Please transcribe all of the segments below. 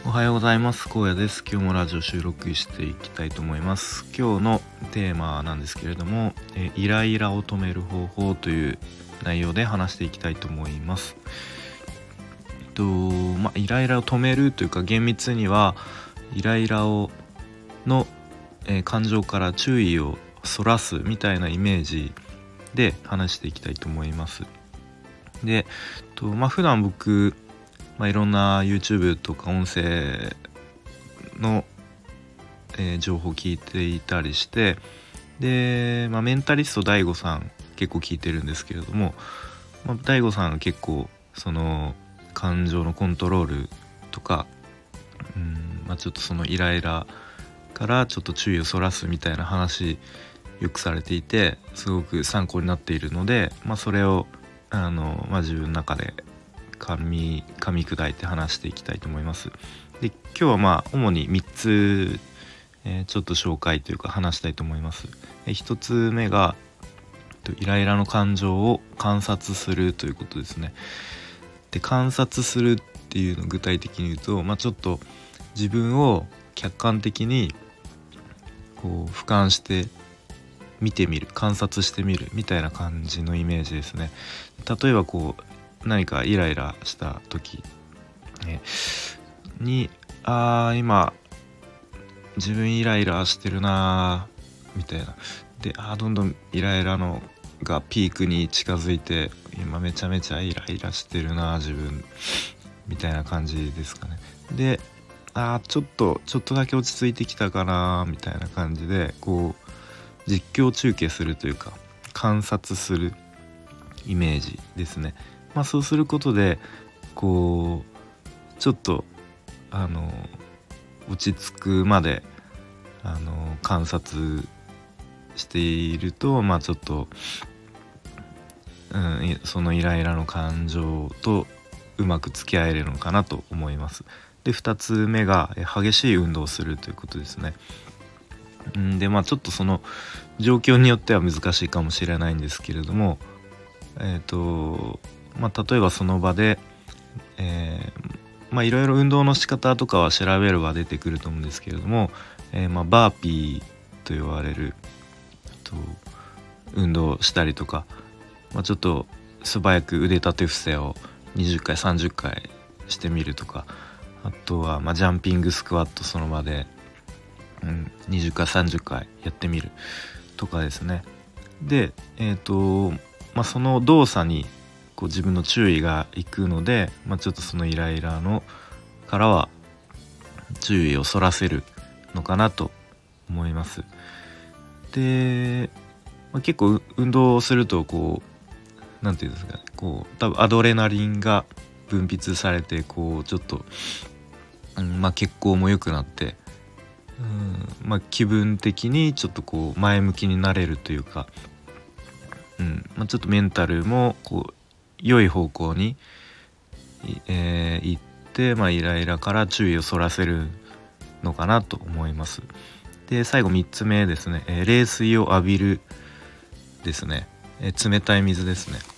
おはようございます。荒野です。今日もラジオ収録していきたいと思います。今日のテーマなんですけれども、イライラを止める方法という内容で話していきたいと思います。イライラを止めるというか、厳密にはイライラの、感情から注意をそらすみたいなイメージで話していきたいと思います。で、普段僕いろんな YouTube とか音声の、情報を聞いていたりして、で、メンタリスト DAIGO さん結構聞いてるんですけれども、DAIGO さんが結構その感情のコントロールとか、ちょっとそのイライラからちょっと注意をそらすみたいな話よくされていて、すごく参考になっているので、それを自分の中で噛み砕いて話していきたいと思います。で、今日は主に3つ、ちょっと紹介というか話したいと思います。1つ目がイライラの感情を観察するということですね。で、観察するっていうのを具体的に言うと、ちょっと自分を客観的にこう俯瞰して見てみる、観察してみるみたいな感じのイメージですね。例えば何かイライラした時、に今自分イライラしてるなみたいな、でどんどんイライラのがピークに近づいて、今めちゃめちゃイライラしてるな自分みたいな感じですかね。で、ちょっとだけ落ち着いてきたかなみたいな感じで実況中継するというか観察するイメージですね。そうすることでちょっと落ち着くまで観察していると、ちょっと、そのイライラの感情とうまく付き合えるのかなと思います。で、2つ目が激しい運動をするということですね。で、ちょっとその状況によっては難しいかもしれないんですけれども、例えばその場で、いろいろ運動の仕方とかは調べれば出てくると思うんですけれども、バーピーと言われる運動をしたりとか、ちょっと素早く腕立て伏せを20回30回してみるとか、あとはジャンピングスクワットその場で、20回30回やってみるとかですね。で、その動作に自分の注意がいくので、ちょっとそのイライラからは注意をそらせるのかなと思います。で、結構運動をするとなんていうんですかね、多分アドレナリンが分泌されてちょっと、血行も良くなって、気分的にちょっと前向きになれるというか、ちょっとメンタルも良い方向に、行って、イライラから注意をそらせるのかなと思います。で、最後3つ目ですね、冷水を浴びるですね。冷たい水ですね。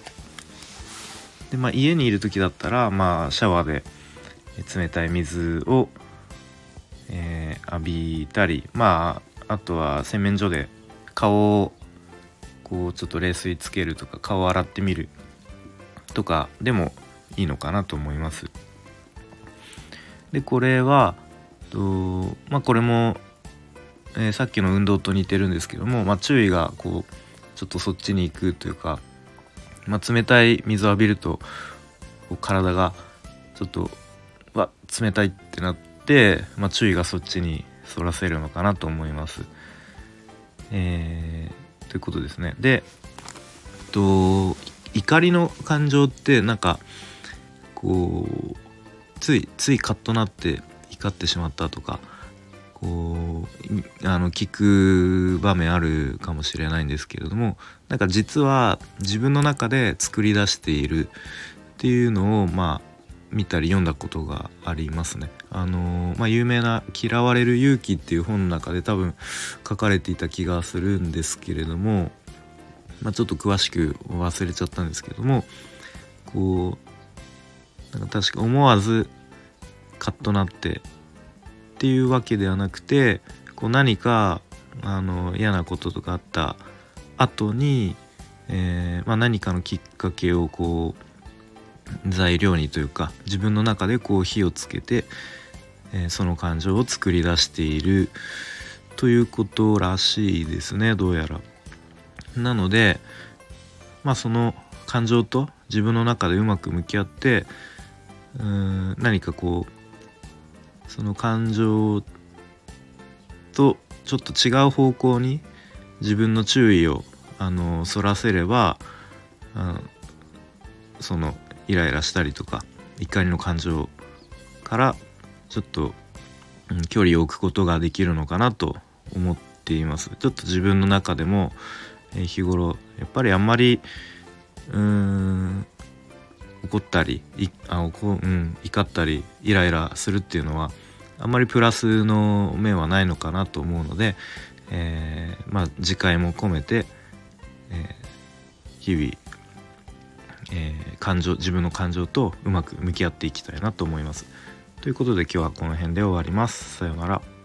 で、家にいる時だったら、シャワーで冷たい水を、浴びたり、あとは洗面所で顔をちょっと冷水つけるとか、顔を洗ってみるとかでもいいのかなと思います。で、これはこれも、さっきの運動と似てるんですけども、注意がちょっとそっちに行くというか、冷たい水を浴びると体がちょっと冷たいってなって、注意がそっちにそらせるのかなと思います。ということですね。で、怒りの感情ってついカッとなって怒ってしまったとか聞く場面あるかもしれないんですけれども、実は自分の中で作り出しているっていうのを見たり読んだことがありますね。有名な嫌われる勇気っていう本の中で多分書かれていた気がするんですけれども、ちょっと詳しく忘れちゃったんですけども、確か思わずカッとなってっていうわけではなくて、こう何か嫌なこととかあった後に、何かのきっかけをこう材料にというか自分の中でこう火をつけて、その感情を作り出しているということらしいですね、どうやら。なのでその感情と自分の中でうまく向き合って、何かこうその感情とちょっと違う方向に自分の注意をそらせれば、そのイライラしたりとか怒りの感情からちょっと、距離を置くことができるのかなと思っています。ちょっと自分の中でも、日頃やっぱりあんまり怒ったり怒ったりイライラするっていうのはあんまりプラスの面はないのかなと思うので、自戒も込めて、日々、自分の感情とうまく向き合っていきたいなと思います。ということで今日はこの辺で終わります。さようなら。